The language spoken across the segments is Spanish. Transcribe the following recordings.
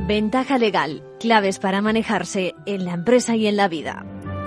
Ventaja legal, claves para manejarse en la empresa y en la vida.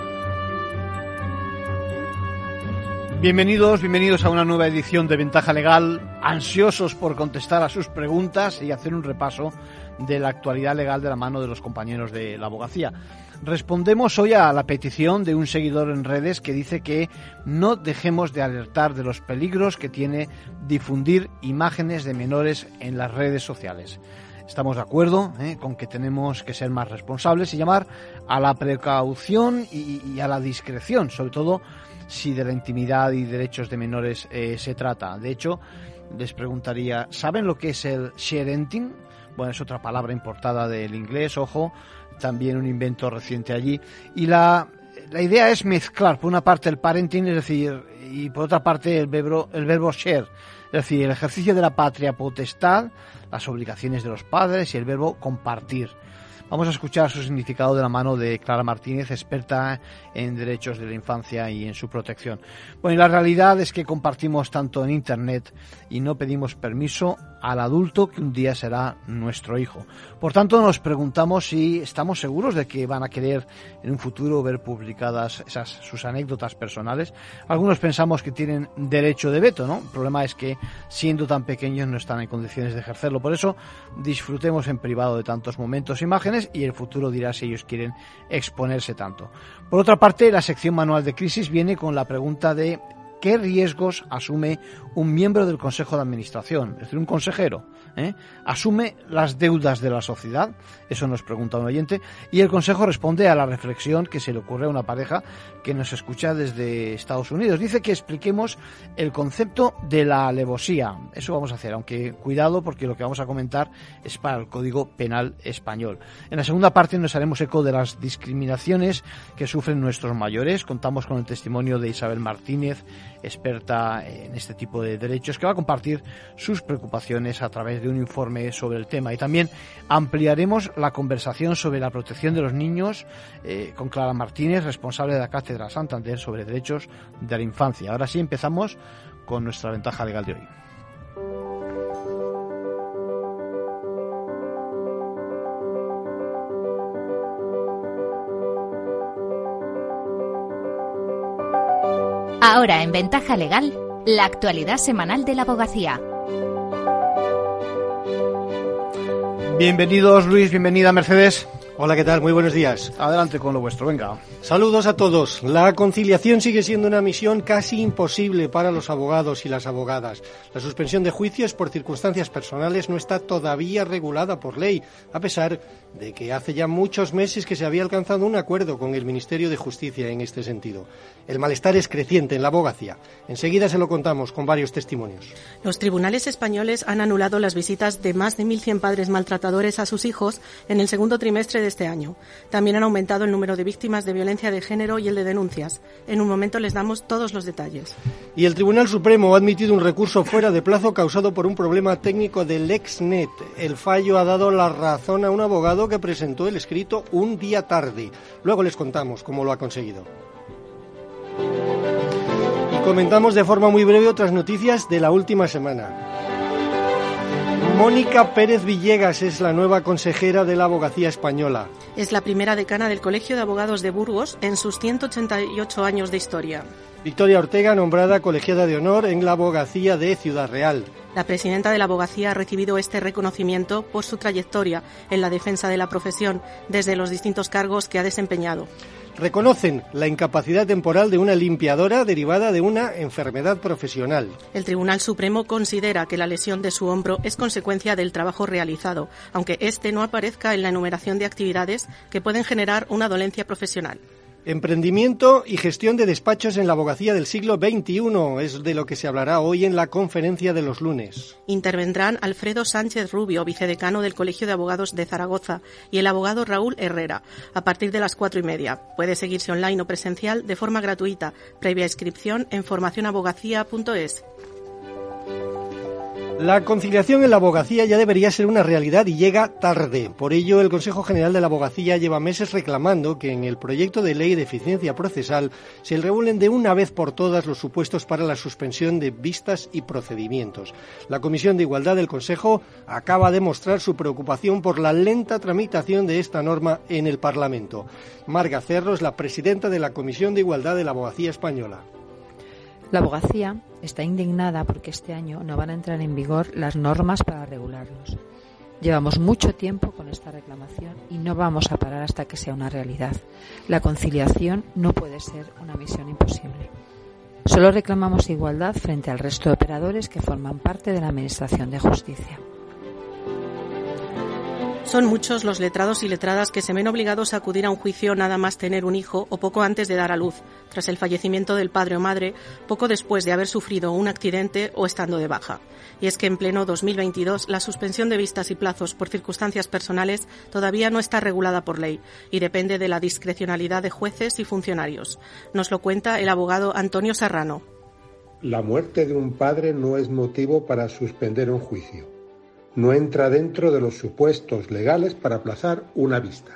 Bienvenidos a una nueva edición de Ventaja Legal, ansiosos por contestar a sus preguntas y hacer un repaso de la actualidad legal de la mano de los compañeros de la abogacía. Respondemos hoy a la petición de un seguidor en redes que dice que no dejemos de alertar de los peligros que tiene difundir imágenes de menores en las redes sociales. Estamos de acuerdo con que tenemos que ser más responsables y llamar a la precaución y a la discreción, sobre todo si de la intimidad y derechos de menores se trata. De hecho, les preguntaría, ¿saben lo que es el sharenting? Bueno, es otra palabra importada del inglés, ojo, también un invento reciente allí. Y la idea es mezclar, por una parte, el parenting, es decir, y por otra parte, el verbo share, es decir, el ejercicio de la patria potestad, las obligaciones de los padres y el verbo compartir. Vamos a escuchar su significado de la mano de Clara Martínez, experta en derechos de la infancia y en su protección. Bueno, y la realidad es que compartimos tanto en Internet y no pedimos permiso al adulto que un día será nuestro hijo. Por tanto, nos preguntamos si estamos seguros de que van a querer en un futuro ver publicadas sus anécdotas personales. Algunos pensamos que tienen derecho de veto, ¿no? El problema es que, siendo tan pequeños, no están en condiciones de ejercerlo. Por eso, disfrutemos en privado de tantos momentos e imágenes y el futuro dirá si ellos quieren exponerse tanto. Por otra parte, la sección Manual de Crisis viene con la pregunta de ¿qué riesgos asume un miembro del Consejo de Administración? Es decir, un consejero, ¿asume las deudas de la sociedad? Eso nos pregunta un oyente. Y el Consejo responde a la reflexión que se le ocurre a una pareja que nos escucha desde Estados Unidos. Dice que expliquemos el concepto de la alevosía. Eso vamos a hacer, aunque cuidado porque lo que vamos a comentar es para el Código Penal español. En la segunda parte nos haremos eco de las discriminaciones que sufren nuestros mayores. Contamos con el testimonio de Isabel Martínez, experta en este tipo de derechos, que va a compartir sus preocupaciones a través de un informe sobre el tema. Y también ampliaremos la conversación sobre la protección de los niños con Clara Martínez, responsable de la Cátedra Santander sobre derechos de la infancia. Ahora sí, empezamos con nuestra ventaja legal de hoy. Ahora en Ventaja Legal, la actualidad semanal de la abogacía. Bienvenidos Luis, bienvenida Mercedes. Hola, ¿qué tal? Muy buenos días. Adelante con lo vuestro, venga. Saludos a todos. La conciliación sigue siendo una misión casi imposible para los abogados y las abogadas. La suspensión de juicios por circunstancias personales no está todavía regulada por ley, a pesar de que hace ya muchos meses que se había alcanzado un acuerdo con el Ministerio de Justicia en este sentido. El malestar es creciente en la abogacía. Enseguida se lo contamos con varios testimonios. Los tribunales españoles han anulado las visitas de más de 1.100 padres maltratadores a sus hijos en el segundo trimestre de este año. También han aumentado el número de víctimas de violencia de género y el de denuncias. En un momento les damos todos los detalles. Y el Tribunal Supremo ha admitido un recurso fuera de plazo causado por un problema técnico del LexNet. El fallo ha dado la razón a un abogado que presentó el escrito un día tarde. Luego les contamos cómo lo ha conseguido. Y comentamos de forma muy breve otras noticias de la última semana. Mónica Pérez Villegas es la nueva consejera de la abogacía española. Es la primera decana del Colegio de Abogados de Burgos en sus 188 años de historia. Victoria Ortega, nombrada colegiada de honor en la abogacía de Ciudad Real. La presidenta de la abogacía ha recibido este reconocimiento por su trayectoria en la defensa de la profesión desde los distintos cargos que ha desempeñado. Reconocen la incapacidad temporal de una limpiadora derivada de una enfermedad profesional. El Tribunal Supremo considera que la lesión de su hombro es consecuencia del trabajo realizado, aunque este no aparezca en la enumeración de actividades que pueden generar una dolencia profesional. Emprendimiento y gestión de despachos en la abogacía del siglo XXI es de lo que se hablará hoy en la conferencia de los lunes. Intervendrán Alfredo Sánchez Rubio, vicedecano del Colegio de Abogados de Zaragoza, y el abogado Raúl Herrera, a partir de las 4:30. Puede seguirse online o presencial de forma gratuita, previa inscripción en formacionabogacía.es. La conciliación en la abogacía ya debería ser una realidad y llega tarde. Por ello, el Consejo General de la Abogacía lleva meses reclamando que en el proyecto de ley de eficiencia procesal se regulen de una vez por todas los supuestos para la suspensión de vistas y procedimientos. La Comisión de Igualdad del Consejo acaba de mostrar su preocupación por la lenta tramitación de esta norma en el Parlamento. Marga Cerro es la presidenta de la Comisión de Igualdad de la Abogacía Española. La abogacía está indignada porque este año no van a entrar en vigor las normas para regularlos. Llevamos mucho tiempo con esta reclamación y no vamos a parar hasta que sea una realidad. La conciliación no puede ser una misión imposible. Solo reclamamos igualdad frente al resto de operadores que forman parte de la Administración de Justicia. Son muchos los letrados y letradas que se ven obligados a acudir a un juicio nada más tener un hijo o poco antes de dar a luz, tras el fallecimiento del padre o madre, poco después de haber sufrido un accidente o estando de baja. Y es que en pleno 2022 la suspensión de vistas y plazos por circunstancias personales todavía no está regulada por ley y depende de la discrecionalidad de jueces y funcionarios. Nos lo cuenta el abogado Antonio Serrano. La muerte de un padre no es motivo para suspender un juicio. No entra dentro de los supuestos legales para aplazar una vista.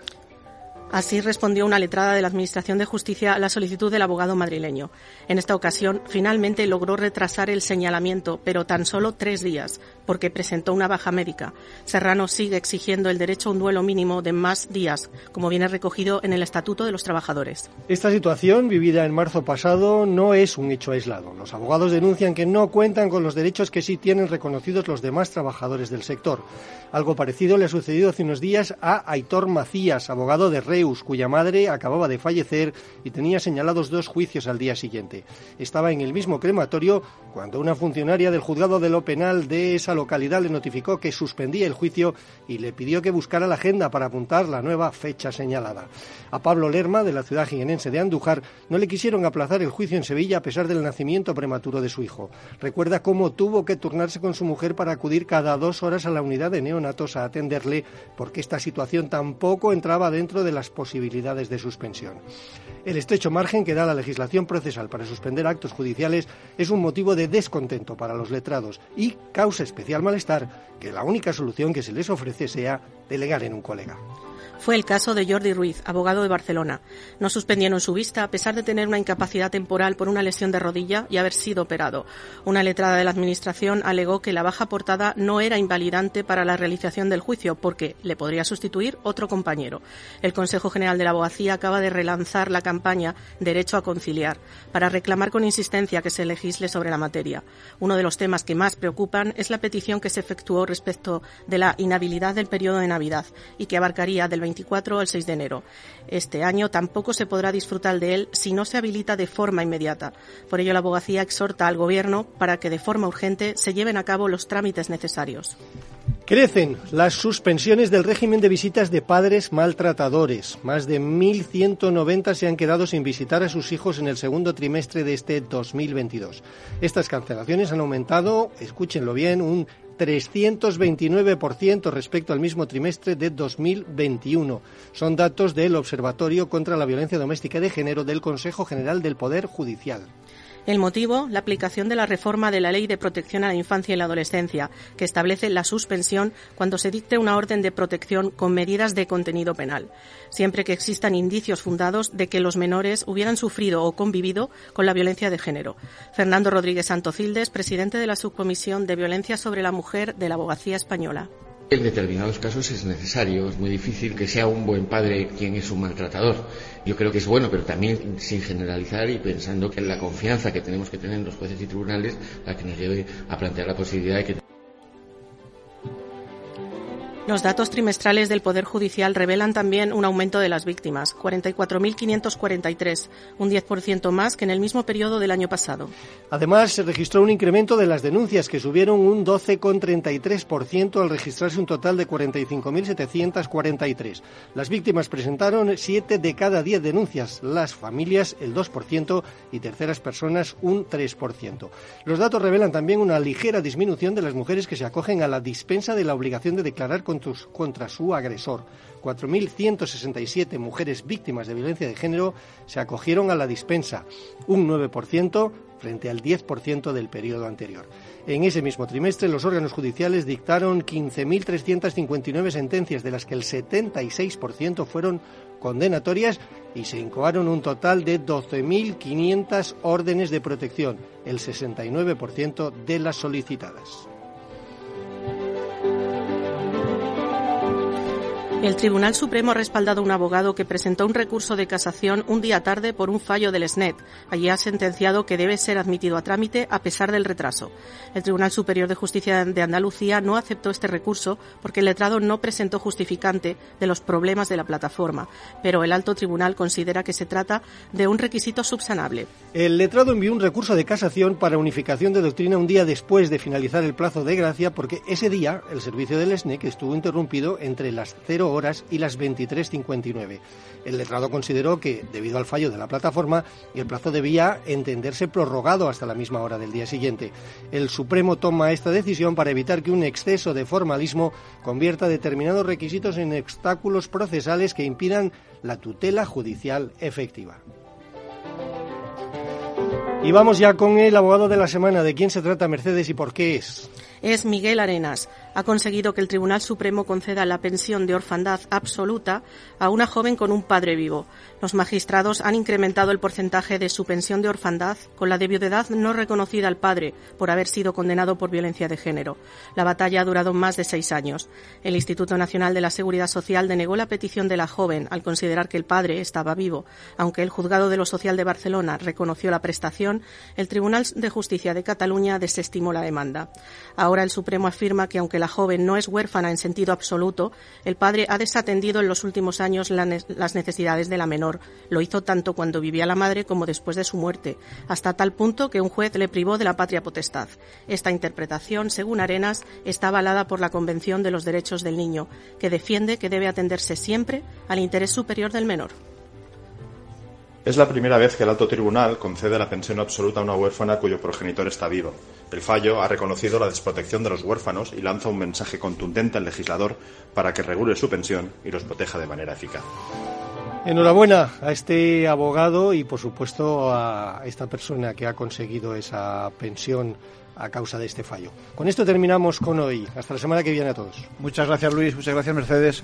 Así respondió una letrada de la Administración de Justicia a la solicitud del abogado madrileño. En esta ocasión, finalmente logró retrasar el señalamiento, pero tan solo 3 días, porque presentó una baja médica. Serrano sigue exigiendo el derecho a un duelo mínimo de más días, como viene recogido en el Estatuto de los Trabajadores. Esta situación, vivida en marzo pasado, no es un hecho aislado. Los abogados denuncian que no cuentan con los derechos que sí tienen reconocidos los demás trabajadores del sector. Algo parecido le ha sucedido hace unos días a Aitor Macías, abogado de Reus, cuya madre acababa de fallecer y tenía señalados 2 juicios al día siguiente. Estaba en el mismo crematorio cuando una funcionaria del juzgado de lo penal de esa localidad le notificó que suspendía el juicio y le pidió que buscara la agenda para apuntar la nueva fecha señalada. A Pablo Lerma, de la ciudad jienense de Andújar, no le quisieron aplazar el juicio en Sevilla a pesar del nacimiento prematuro de su hijo. Recuerda cómo tuvo que turnarse con su mujer para acudir cada 2 horas a la unidad de neonatos a atenderle, porque esta situación tampoco entraba dentro de las posibilidades de suspensión. El estrecho margen que da la legislación procesal para suspender actos judiciales es un motivo de descontento para los letrados y causa especial malestar que la única solución que se les ofrece sea delegar en un colega. Fue el caso de Jordi Ruiz, abogado de Barcelona. No suspendieron su vista a pesar de tener una incapacidad temporal por una lesión de rodilla y haber sido operado. Una letrada de la Administración alegó que la baja aportada no era invalidante para la realización del juicio porque le podría sustituir otro compañero. El Consejo General de la Abogacía acaba de relanzar la campaña Derecho a Conciliar para reclamar con insistencia que se legisle sobre la materia. Uno de los temas que más preocupan es la petición que se efectuó respecto de la inhabilidad del periodo de Navidad y que abarcaría del 24 al 6 de enero. Este año tampoco se podrá disfrutar de él si no se habilita de forma inmediata. Por ello, la abogacía exhorta al Gobierno para que de forma urgente se lleven a cabo los trámites necesarios. Crecen las suspensiones del régimen de visitas de padres maltratadores. Más de 1.190 se han quedado sin visitar a sus hijos en el segundo trimestre de este 2022. Estas cancelaciones han aumentado, escúchenlo bien, un 329% respecto al mismo trimestre de 2021. Son datos del Observatorio contra la Violencia Doméstica y de Género del Consejo General del Poder Judicial. El motivo, la aplicación de la reforma de la Ley de Protección a la Infancia y la Adolescencia, que establece la suspensión cuando se dicte una orden de protección con medidas de contenido penal, siempre que existan indicios fundados de que los menores hubieran sufrido o convivido con la violencia de género. Fernando Rodríguez Santocildes, presidente de la Subcomisión de Violencia sobre la Mujer de la Abogacía Española. En determinados casos es necesario, es muy difícil que sea un buen padre quien es un maltratador. Yo creo que es bueno, pero también sin generalizar y pensando que la confianza que tenemos que tener en los jueces y tribunales la que nos lleve a plantear la posibilidad de que... Los datos trimestrales del Poder Judicial revelan también un aumento de las víctimas, 44.543, un 10% más que en el mismo periodo del año pasado. Además, se registró un incremento de las denuncias, que subieron un 12,33% al registrarse un total de 45.743. Las víctimas presentaron 7 de cada 10 denuncias, las familias el 2% y terceras personas un 3%. Los datos revelan también una ligera disminución de las mujeres que se acogen a la dispensa de la obligación de declarar con contra su agresor. 4.167 mujeres víctimas de violencia de género se acogieron a la dispensa, un 9% frente al 10% del periodo anterior. En ese mismo trimestre, los órganos judiciales dictaron 15.359 sentencias, de las que el 76% fueron condenatorias, y se incoaron un total de 12.500 órdenes de protección, el 69% de las solicitadas. El Tribunal Supremo ha respaldado a un abogado que presentó un recurso de casación un día tarde por un fallo del SNET. Allí ha sentenciado que debe ser admitido a trámite a pesar del retraso. El Tribunal Superior de Justicia de Andalucía no aceptó este recurso porque el letrado no presentó justificante de los problemas de la plataforma, pero el alto tribunal considera que se trata de un requisito subsanable. El letrado envió un recurso de casación para unificación de doctrina un día después de finalizar el plazo de gracia, porque ese día el servicio del SNEC estuvo interrumpido entre las 0 horas y las 23:59. El letrado consideró que, debido al fallo de la plataforma, el plazo debía entenderse prorrogado hasta la misma hora del día siguiente. El Supremo toma esta decisión para evitar que un exceso de formalismo convierta determinados requisitos en obstáculos procesales que impidan la tutela judicial efectiva. Y vamos ya con el abogado de la semana. ¿De quién se trata, Mercedes, y por qué es? Es Miguel Arenas. Ha conseguido que el Tribunal Supremo conceda la pensión de orfandad absoluta a una joven con un padre vivo. Los magistrados han incrementado el porcentaje de su pensión de orfandad con la de viudedad no reconocida al padre por haber sido condenado por violencia de género. La batalla ha durado más de 6 años. El Instituto Nacional de la Seguridad Social denegó la petición de la joven al considerar que el padre estaba vivo. Aunque el Juzgado de lo Social de Barcelona reconoció la prestación, el Tribunal de Justicia de Cataluña desestimó la demanda. Ahora el Supremo afirma que aunque la joven no es huérfana en sentido absoluto, el padre ha desatendido en los últimos años las necesidades de la menor. Lo hizo tanto cuando vivía la madre como después de su muerte, hasta tal punto que un juez le privó de la patria potestad. Esta interpretación, según Arenas, está avalada por la Convención de los Derechos del Niño, que defiende que debe atenderse siempre al interés superior del menor. Es la primera vez que el alto tribunal concede la pensión absoluta a una huérfana cuyo progenitor está vivo. El fallo ha reconocido la desprotección de los huérfanos y lanza un mensaje contundente al legislador para que regule su pensión y los proteja de manera eficaz. Enhorabuena a este abogado y, por supuesto, a esta persona que ha conseguido esa pensión a causa de este fallo. Con esto terminamos con hoy. Hasta la semana que viene a todos. Muchas gracias, Luis. Muchas gracias, Mercedes.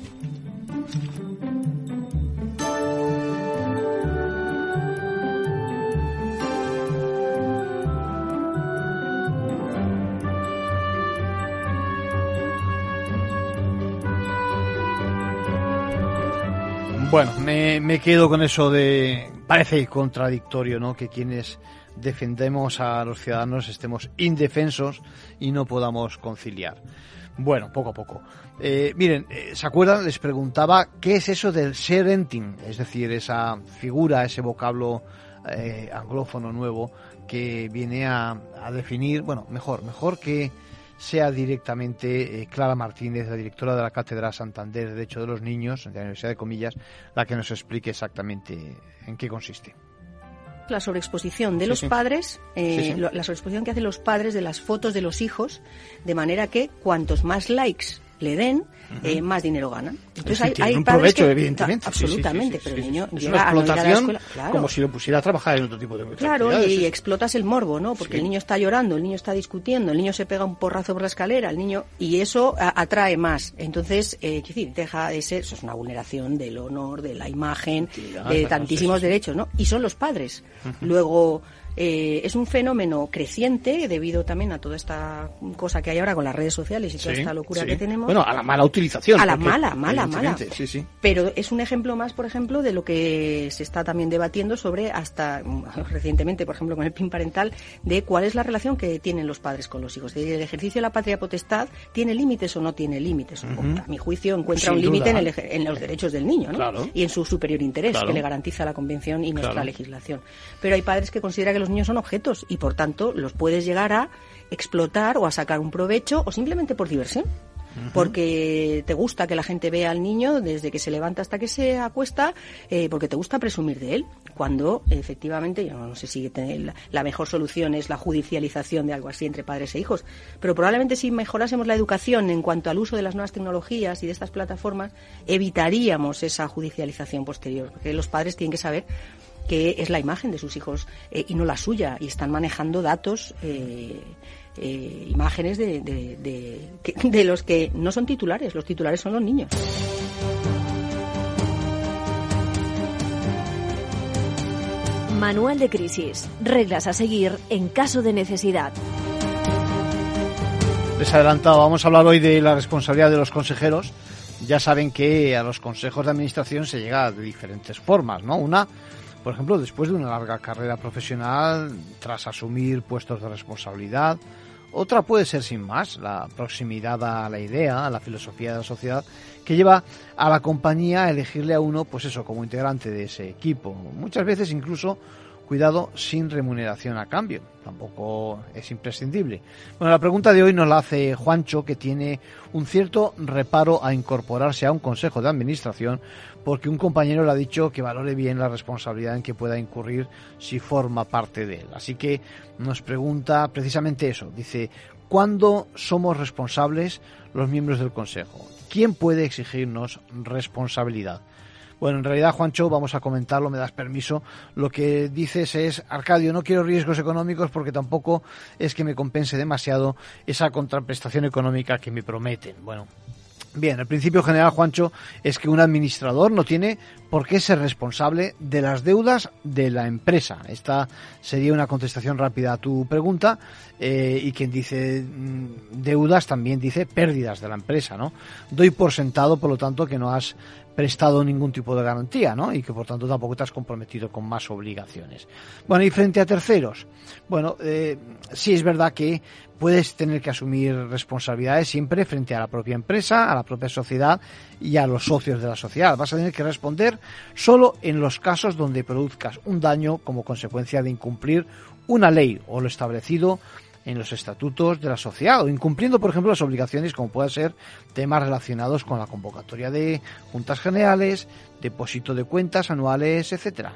Bueno, me quedo con eso de... Parece contradictorio, ¿no?, que quienes defendemos a los ciudadanos estemos indefensos y no podamos conciliar. Bueno, poco a poco. Miren, ¿se acuerdan? Les preguntaba qué es eso del sharenting, es decir, esa figura, ese vocablo anglófono nuevo que viene a definir, bueno, mejor que sea directamente Clara Martínez, la directora de la Cátedra Santander de Derecho de los Niños, de la Universidad de Comillas, la que nos explique exactamente en qué consiste. La sobreexposición de los padres, la sobreexposición que hacen los padres de las fotos de los hijos, de manera que cuantos más likes le den, más dinero ganan. Entonces hay un padres provecho, que, evidentemente. Absolutamente, pero el niño es llega una a no ir a la explotación, escuela, claro. como si lo pusiera a trabajar en otro tipo de Claro, actividades. y explotas el morbo, ¿no? Porque el niño está llorando, el niño está discutiendo, el niño se pega un porrazo por la escalera, el niño, y eso atrae más. Entonces, deja de ser, eso es una vulneración del honor, de la imagen, de tantísimos derechos, ¿no? Y son los padres. Luego, es un fenómeno creciente debido también a toda esta cosa que hay ahora con las redes sociales y toda esta locura que tenemos. Bueno, a la mala utilización. A la mala. Sí. Pero es un ejemplo más, por ejemplo, de lo que se está también debatiendo sobre, hasta recientemente, por ejemplo, con el PIN parental, de cuál es la relación que tienen los padres con los hijos. ¿El ejercicio de la patria potestad tiene límites o no tiene límites? A mi juicio encuentra un límite en los derechos del niño, ¿no? Claro. Y en su superior interés, que le garantiza la Convención y nuestra legislación. Pero hay padres que consideran que los niños son objetos y, por tanto, los puedes llegar a explotar o a sacar un provecho o simplemente por diversión. porque te gusta que la gente vea al niño desde que se levanta hasta que se acuesta, porque te gusta presumir de él, cuando efectivamente, yo no sé si la mejor solución es la judicialización de algo así entre padres e hijos, pero probablemente si mejorásemos la educación en cuanto al uso de las nuevas tecnologías y de estas plataformas, evitaríamos esa judicialización posterior, porque los padres tienen que saber que es la imagen de sus hijos y no la suya, y están manejando datos, imágenes de los que no son titulares, los titulares son los niños. Manual de crisis. Reglas a seguir en caso de necesidad. Les adelantado, vamos a hablar hoy de la responsabilidad de los consejeros. Ya saben que a los consejos de administración se llega de diferentes formas, ¿no? Una, por ejemplo, después de una larga carrera profesional, tras asumir puestos de responsabilidad. Otra puede ser sin más, la proximidad a la idea, a la filosofía de la sociedad, que lleva a la compañía a elegirle a uno, pues eso, como integrante de ese equipo. Muchas veces incluso, cuidado, sin remuneración a cambio. Tampoco es imprescindible. Bueno, la pregunta de hoy nos la hace Juancho, que tiene un cierto reparo a incorporarse a un consejo de administración porque un compañero le ha dicho que valore bien la responsabilidad en que pueda incurrir si forma parte de él. Así que nos pregunta precisamente eso. Dice, ¿cuándo somos responsables los miembros del consejo? ¿Quién puede exigirnos responsabilidad? Bueno, en realidad, Juancho, vamos a comentarlo, me das permiso. Lo que dices es, Arcadio, no quiero riesgos económicos porque tampoco es que me compense demasiado esa contraprestación económica que me prometen. Bueno, bien, el principio general, Juancho, es que un administrador no tiene por qué ser responsable de las deudas de la empresa. Esta sería una contestación rápida a tu pregunta, y quien dice deudas también dice pérdidas de la empresa, ¿no? Doy por sentado, por lo tanto, que no has prestado ningún tipo de garantía, ¿no? Y que por tanto tampoco te has comprometido con más obligaciones. Bueno, y frente a terceros, bueno, sí es verdad que puedes tener que asumir responsabilidades siempre frente a la propia empresa, a la propia sociedad y a los socios de la sociedad. Vas a tener que responder solo en los casos donde produzcas un daño como consecuencia de incumplir una ley o lo establecido en los estatutos de la sociedad, o incumpliendo, por ejemplo, las obligaciones como pueden ser temas relacionados con la convocatoria de juntas generales, depósito de cuentas anuales, etcétera.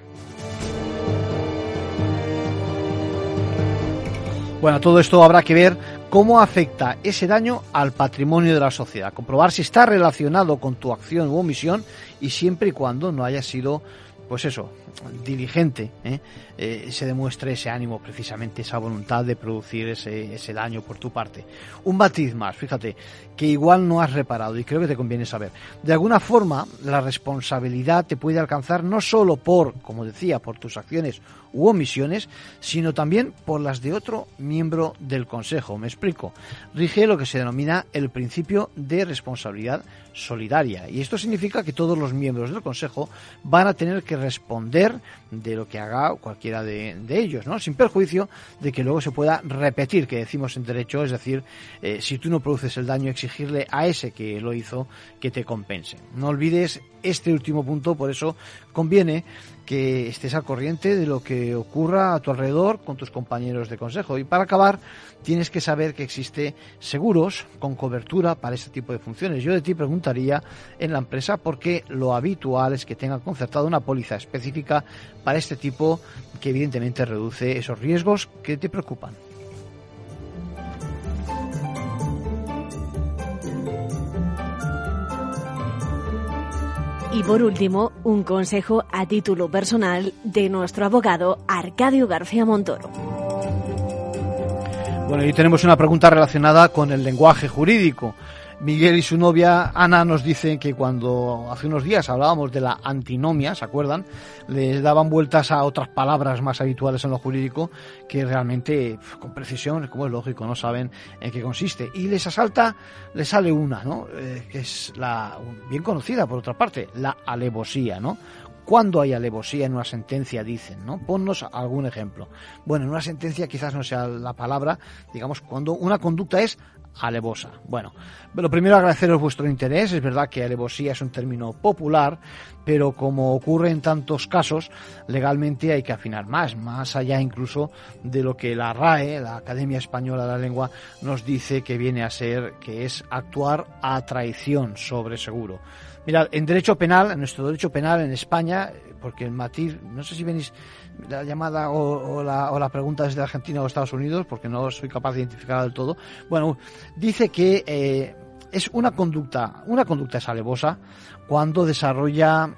Bueno, todo esto habrá que ver cómo afecta ese daño al patrimonio de la sociedad, comprobar si está relacionado con tu acción u omisión y siempre y cuando no haya sido, pues eso, diligente, se demuestre ese ánimo, precisamente esa voluntad de producir ese daño por tu parte. Un matiz más, fíjate, que igual no has reparado y creo que te conviene saber. De alguna forma, la responsabilidad te puede alcanzar no solo por, como decía, por tus acciones u omisiones, sino también por las de otro miembro del Consejo. Me explico. Rige lo que se denomina el principio de responsabilidad solidaria, y esto significa que todos los miembros del Consejo van a tener que responder de lo que haga cualquiera de ellos, ¿no? Sin perjuicio de que luego se pueda repetir, que decimos en derecho, es decir, si tú no produces el daño, exigirle a ese que lo hizo que te compense. No olvides este último punto, por eso conviene que estés al corriente de lo que ocurra a tu alrededor con tus compañeros de consejo. Y para acabar, tienes que saber que existe seguros con cobertura para este tipo de funciones. Yo de ti preguntaría en la empresa porque lo habitual es que tengan concertada una póliza específica para este tipo, que evidentemente reduce esos riesgos que te preocupan. Y por último, un consejo a título personal de nuestro abogado Arcadio García Montoro. Bueno, y tenemos una pregunta relacionada con el lenguaje jurídico. Miguel y su novia Ana nos dicen que cuando hace unos días hablábamos de la antinomia, ¿se acuerdan? Les daban vueltas a otras palabras más habituales en lo jurídico que realmente, con precisión, como es lógico, no saben en qué consiste. Y les sale una, ¿no? Que es bien conocida por otra parte, la alevosía, ¿no? ¿Cuándo hay alevosía en una sentencia? Dicen, ¿no? Ponnos algún ejemplo. Bueno, en una sentencia quizás no sea la palabra, digamos, cuando una conducta es alevosa. Bueno, lo primero agradeceros vuestro interés. Es verdad que alevosía es un término popular, pero como ocurre en tantos casos, legalmente hay que afinar más allá incluso de lo que la RAE, la Academia Española de la Lengua, nos dice que viene a ser, que es actuar a traición sobre seguro. Mirad, en derecho penal, en nuestro derecho penal en España, porque el matiz, no sé si venís la llamada o la pregunta desde Argentina o Estados Unidos, porque no soy capaz de identificarla del todo. Bueno, dice que es una conducta es alevosa cuando la desarrolla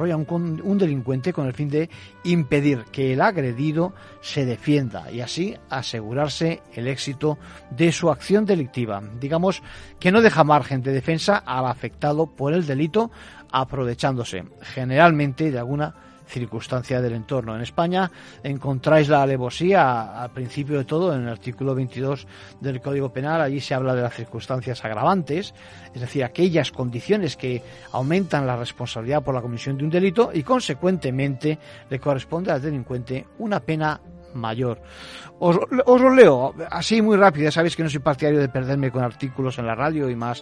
un delincuente con el fin de impedir que el agredido se defienda y así asegurarse el éxito de su acción delictiva. Digamos que no deja margen de defensa al afectado por el delito, aprovechándose generalmente de alguna circunstancia del entorno. En España encontráis la alevosía al principio de todo en el artículo 22 del Código Penal. Allí se habla de las circunstancias agravantes, es decir, aquellas condiciones que aumentan la responsabilidad por la comisión de un delito y consecuentemente le corresponde al delincuente una pena mayor. Os lo leo así muy rápido. Ya sabéis que no soy partidario de perderme con artículos en la radio y más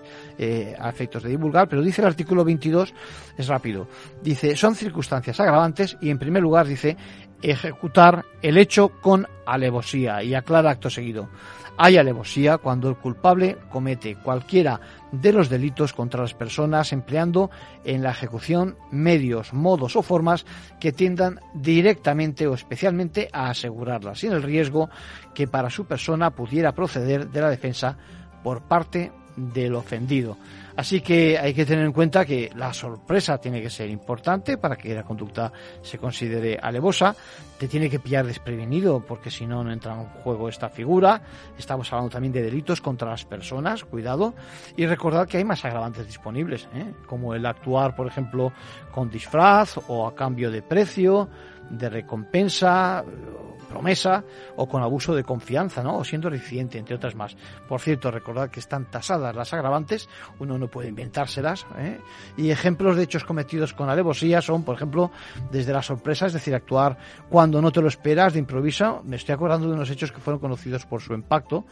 a efectos de divulgar, pero dice el artículo 22, es rápido, dice: son circunstancias agravantes y en primer lugar dice ejecutar el hecho con alevosía, y aclara acto seguido: hay alevosía cuando el culpable comete cualquiera de los delitos contra las personas empleando en la ejecución medios, modos o formas que tiendan directamente o especialmente a asegurarla, sin el riesgo que para su persona pudiera proceder de la defensa por parte del ofendido. Así que hay que tener en cuenta que la sorpresa tiene que ser importante para que la conducta se considere alevosa. Te tiene que pillar desprevenido, porque si no, no entra en juego esta figura. Estamos hablando también de delitos contra las personas, cuidado. Y recordad que hay más agravantes disponibles, como el actuar, por ejemplo, con disfraz o a cambio de precio, de recompensa, promesa o con abuso de confianza, ¿no? O siendo reincidente, entre otras más. Por cierto, recordad que están tasadas las agravantes, uno no puede inventárselas, y ejemplos de hechos cometidos con alevosía son, por ejemplo, desde la sorpresa, es decir, actuar cuando no te lo esperas, de improviso. Me estoy acordando de unos hechos que fueron conocidos por su impacto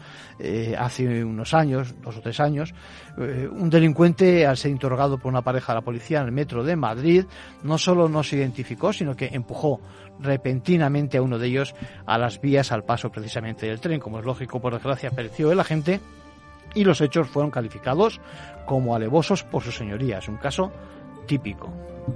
hace unos años, 2 o 3 años. Un delincuente, al ser interrogado por una pareja de la policía en el metro de Madrid, no solo no se identificó, sino que empujó repentinamente a uno de ellos a las vías al paso precisamente del tren. Como es lógico, por desgracia, pereció el agente y los hechos fueron calificados como alevosos por sus señorías. Un caso típico.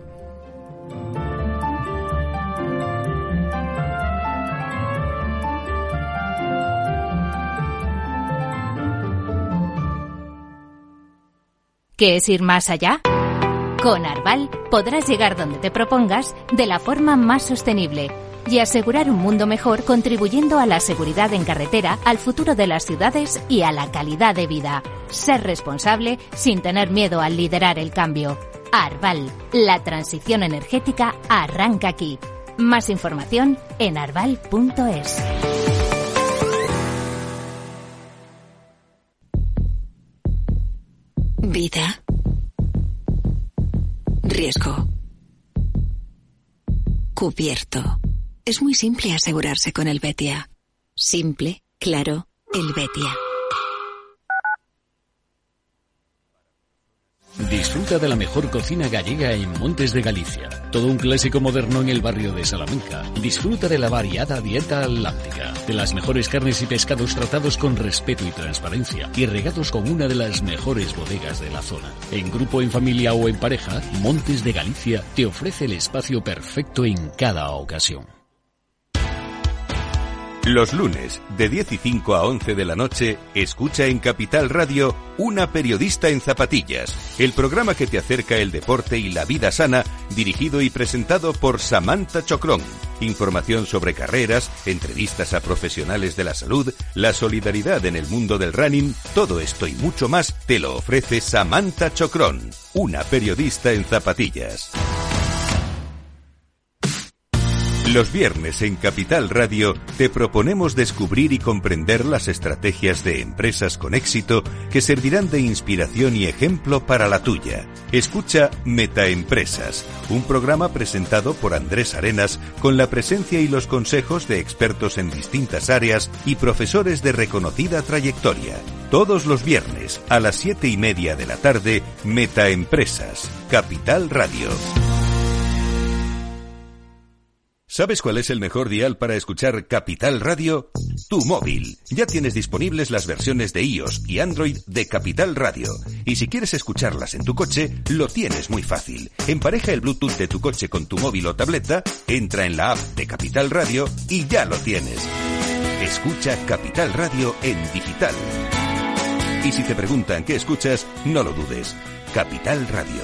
¿Qué es ir más allá? Con Arval podrás llegar donde te propongas de la forma más sostenible y asegurar un mundo mejor, contribuyendo a la seguridad en carretera, al futuro de las ciudades y a la calidad de vida. Ser responsable sin tener miedo al liderar el cambio. Arval, la transición energética arranca aquí. Más información en arval.es. Vida. Riesgo. Cubierto. Es muy simple asegurarse con el Betia. Simple, claro, el Betia. Disfruta de la mejor cocina gallega en Montes de Galicia. Todo un clásico moderno en el barrio de Salamanca. Disfruta de la variada dieta atlántica, de las mejores carnes y pescados tratados con respeto y transparencia y regados con una de las mejores bodegas de la zona. En grupo, en familia o en pareja, Montes de Galicia te ofrece el espacio perfecto en cada ocasión. Los lunes, de 10 y 5 a 11 de la noche, escucha en Capital Radio Una periodista en zapatillas, el programa que te acerca el deporte y la vida sana, dirigido y presentado por Samantha Chocrón. Información sobre carreras, entrevistas a profesionales de la salud, la solidaridad en el mundo del running, todo esto y mucho más te lo ofrece Samantha Chocrón, una periodista en zapatillas. Los viernes en Capital Radio te proponemos descubrir y comprender las estrategias de empresas con éxito que servirán de inspiración y ejemplo para la tuya. Escucha Metaempresas, un programa presentado por Andrés Arenas con la presencia y los consejos de expertos en distintas áreas y profesores de reconocida trayectoria. Todos los viernes a las 7:30 de la tarde, Metaempresas, Capital Radio. ¿Sabes cuál es el mejor dial para escuchar Capital Radio? Tu móvil. Ya tienes disponibles las versiones de iOS y Android de Capital Radio. Y si quieres escucharlas en tu coche, lo tienes muy fácil. Empareja el Bluetooth de tu coche con tu móvil o tableta, entra en la app de Capital Radio y ya lo tienes. Escucha Capital Radio en digital. Y si te preguntan qué escuchas, no lo dudes. Capital Radio.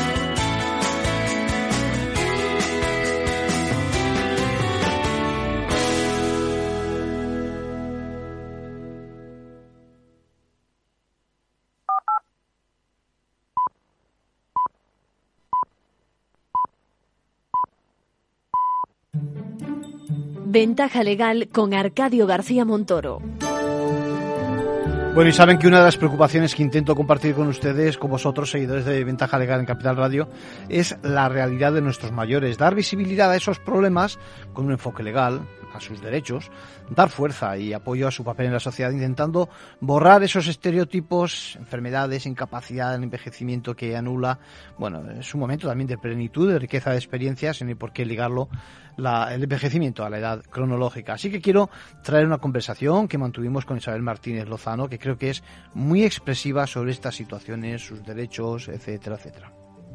Ventaja legal con Arcadio García Montoro. Bueno, y saben que una de las preocupaciones que intento compartir con ustedes, con vosotros, seguidores de Ventaja Legal en Capital Radio, es la realidad de nuestros mayores. Dar visibilidad a esos problemas con un enfoque legal, a sus derechos, dar fuerza y apoyo a su papel en la sociedad, intentando borrar esos estereotipos, enfermedades, incapacidad, el envejecimiento que anula. Bueno, es un momento también de plenitud, de riqueza de experiencias, y no hay por qué ligarlo el envejecimiento a la edad cronológica. Así que quiero traer una conversación que mantuvimos con Isabel Martínez Lozano, que creo que es muy expresiva sobre estas situaciones, sus derechos, etcétera, etcétera.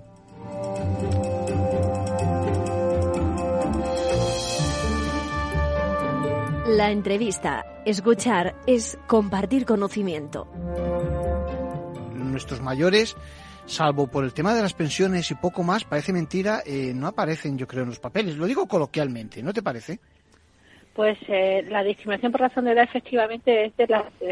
La entrevista, escuchar, es compartir conocimiento. Nuestros mayores, salvo por el tema de las pensiones y poco más, parece mentira, no aparecen, yo creo, en los papeles. Lo digo coloquialmente, ¿no te parece? Pues la discriminación por razón de edad efectivamente es de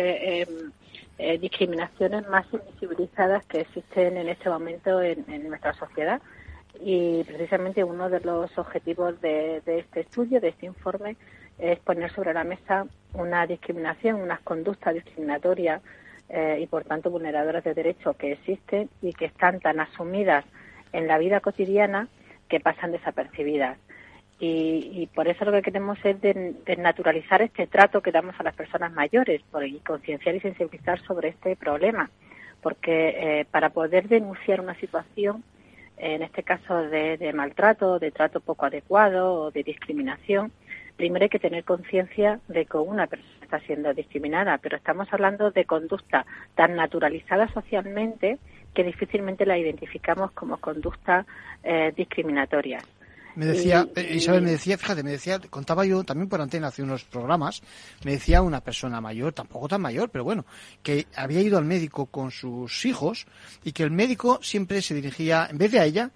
las discriminaciones más invisibilizadas que existen en este momento en nuestra sociedad. Y precisamente uno de los objetivos de este estudio, de este informe, es poner sobre la mesa una discriminación, unas conductas discriminatorias y por tanto vulneradoras de derechos que existen y que están tan asumidas en la vida cotidiana que pasan desapercibidas. Y por eso lo que queremos es desnaturalizar este trato que damos a las personas mayores y concienciar y sensibilizar sobre este problema. Porque para poder denunciar una situación, en este caso de maltrato, de trato poco adecuado o de discriminación, primero hay que tener conciencia de que una persona está siendo discriminada, pero estamos hablando de conducta tan naturalizada socialmente que difícilmente la identificamos como conducta discriminatorias. Me decía, Isabel, contaba yo también por antena hace unos programas, me decía una persona mayor, tampoco tan mayor, pero bueno, que había ido al médico con sus hijos y que el médico siempre se dirigía, en vez de a ella,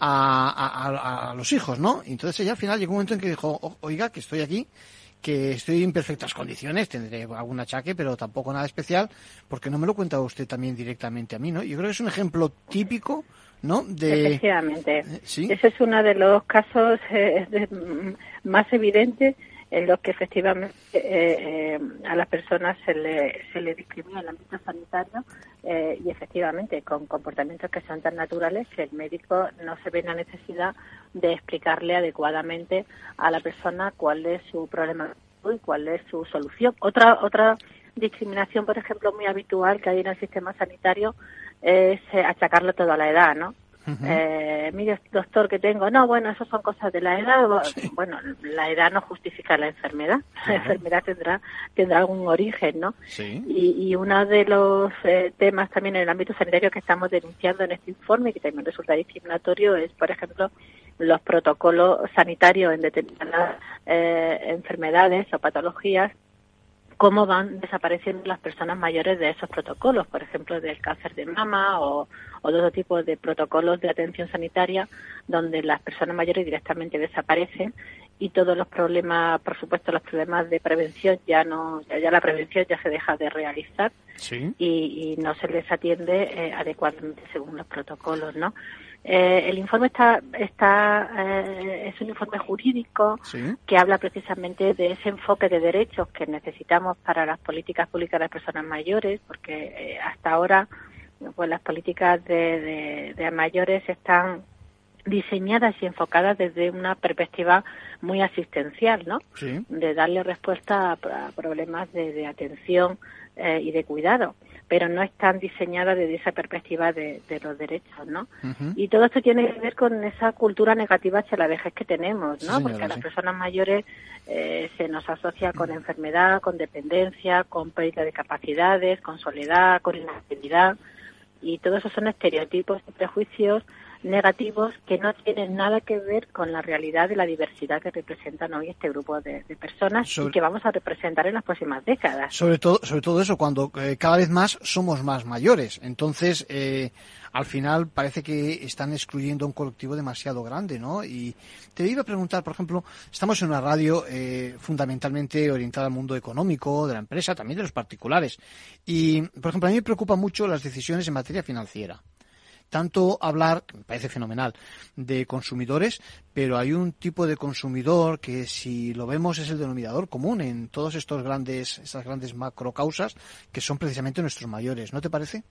a los hijos, ¿no? Y entonces ella al final llegó un momento en que dijo, oiga, que estoy aquí, que estoy en perfectas condiciones, tendré algún achaque, pero tampoco nada especial, porque no me lo cuenta usted también directamente a mí, ¿no? Yo creo que es un ejemplo típico, ¿no? Efectivamente. ¿Sí? Ese es uno de los casos más evidentes en los que efectivamente a las personas se le discrimina en el ámbito sanitario y efectivamente con comportamientos que son tan naturales que el médico no se ve en la necesidad de explicarle adecuadamente a la persona cuál es su problema y cuál es su solución. Otra discriminación, por ejemplo, muy habitual que hay en el sistema sanitario es achacarlo todo a la edad, ¿no? Mire, doctor, que tengo. No, bueno, eso son cosas de la edad. Sí. Bueno, la edad no justifica la enfermedad. La enfermedad tendrá algún origen, ¿no? Sí. Y uno de los temas también en el ámbito sanitario que estamos denunciando en este informe, que también resulta discriminatorio, es, por ejemplo, los protocolos sanitarios en determinadas enfermedades o patologías, cómo van desapareciendo las personas mayores de esos protocolos, por ejemplo, del cáncer de mama o de otro tipo de protocolos de atención sanitaria, donde las personas mayores directamente desaparecen y todos los problemas, por supuesto, los problemas de prevención ya la prevención ya se deja de realizar. Sí. Y no se les atiende adecuadamente según los protocolos, ¿no? El informe es un informe jurídico que habla precisamente de ese enfoque de derechos que necesitamos para las políticas públicas de personas mayores, porque hasta ahora pues las políticas de mayores están diseñadas y enfocadas desde una perspectiva muy asistencial, ¿no? Sí. De darle respuesta a problemas de atención y de cuidado, pero no están diseñadas desde esa perspectiva de los derechos, ¿no? Uh-huh. Y todo esto tiene que ver con esa cultura negativa hacia la vejez que tenemos, ¿no? Sí, porque a las personas mayores se nos asocia con enfermedad, con dependencia, con pérdida de capacidades, con soledad, con inactividad, y todos esos son estereotipos y prejuicios negativos que no tienen nada que ver con la realidad de la diversidad que representan hoy este grupo de personas y que vamos a representar en las próximas décadas. Sobre todo eso, cuando cada vez más somos más mayores. Entonces, al final parece que están excluyendo un colectivo demasiado grande, ¿no? Y te iba a preguntar, por ejemplo, estamos en una radio fundamentalmente orientada al mundo económico, de la empresa, también de los particulares. Y, por ejemplo, a mí me preocupan mucho las decisiones en materia financiera. Tanto hablar, que me parece fenomenal, de consumidores, pero hay un tipo de consumidor que, si lo vemos, es el denominador común en todos esas grandes macrocausas que son precisamente nuestros mayores. ¿No te parece?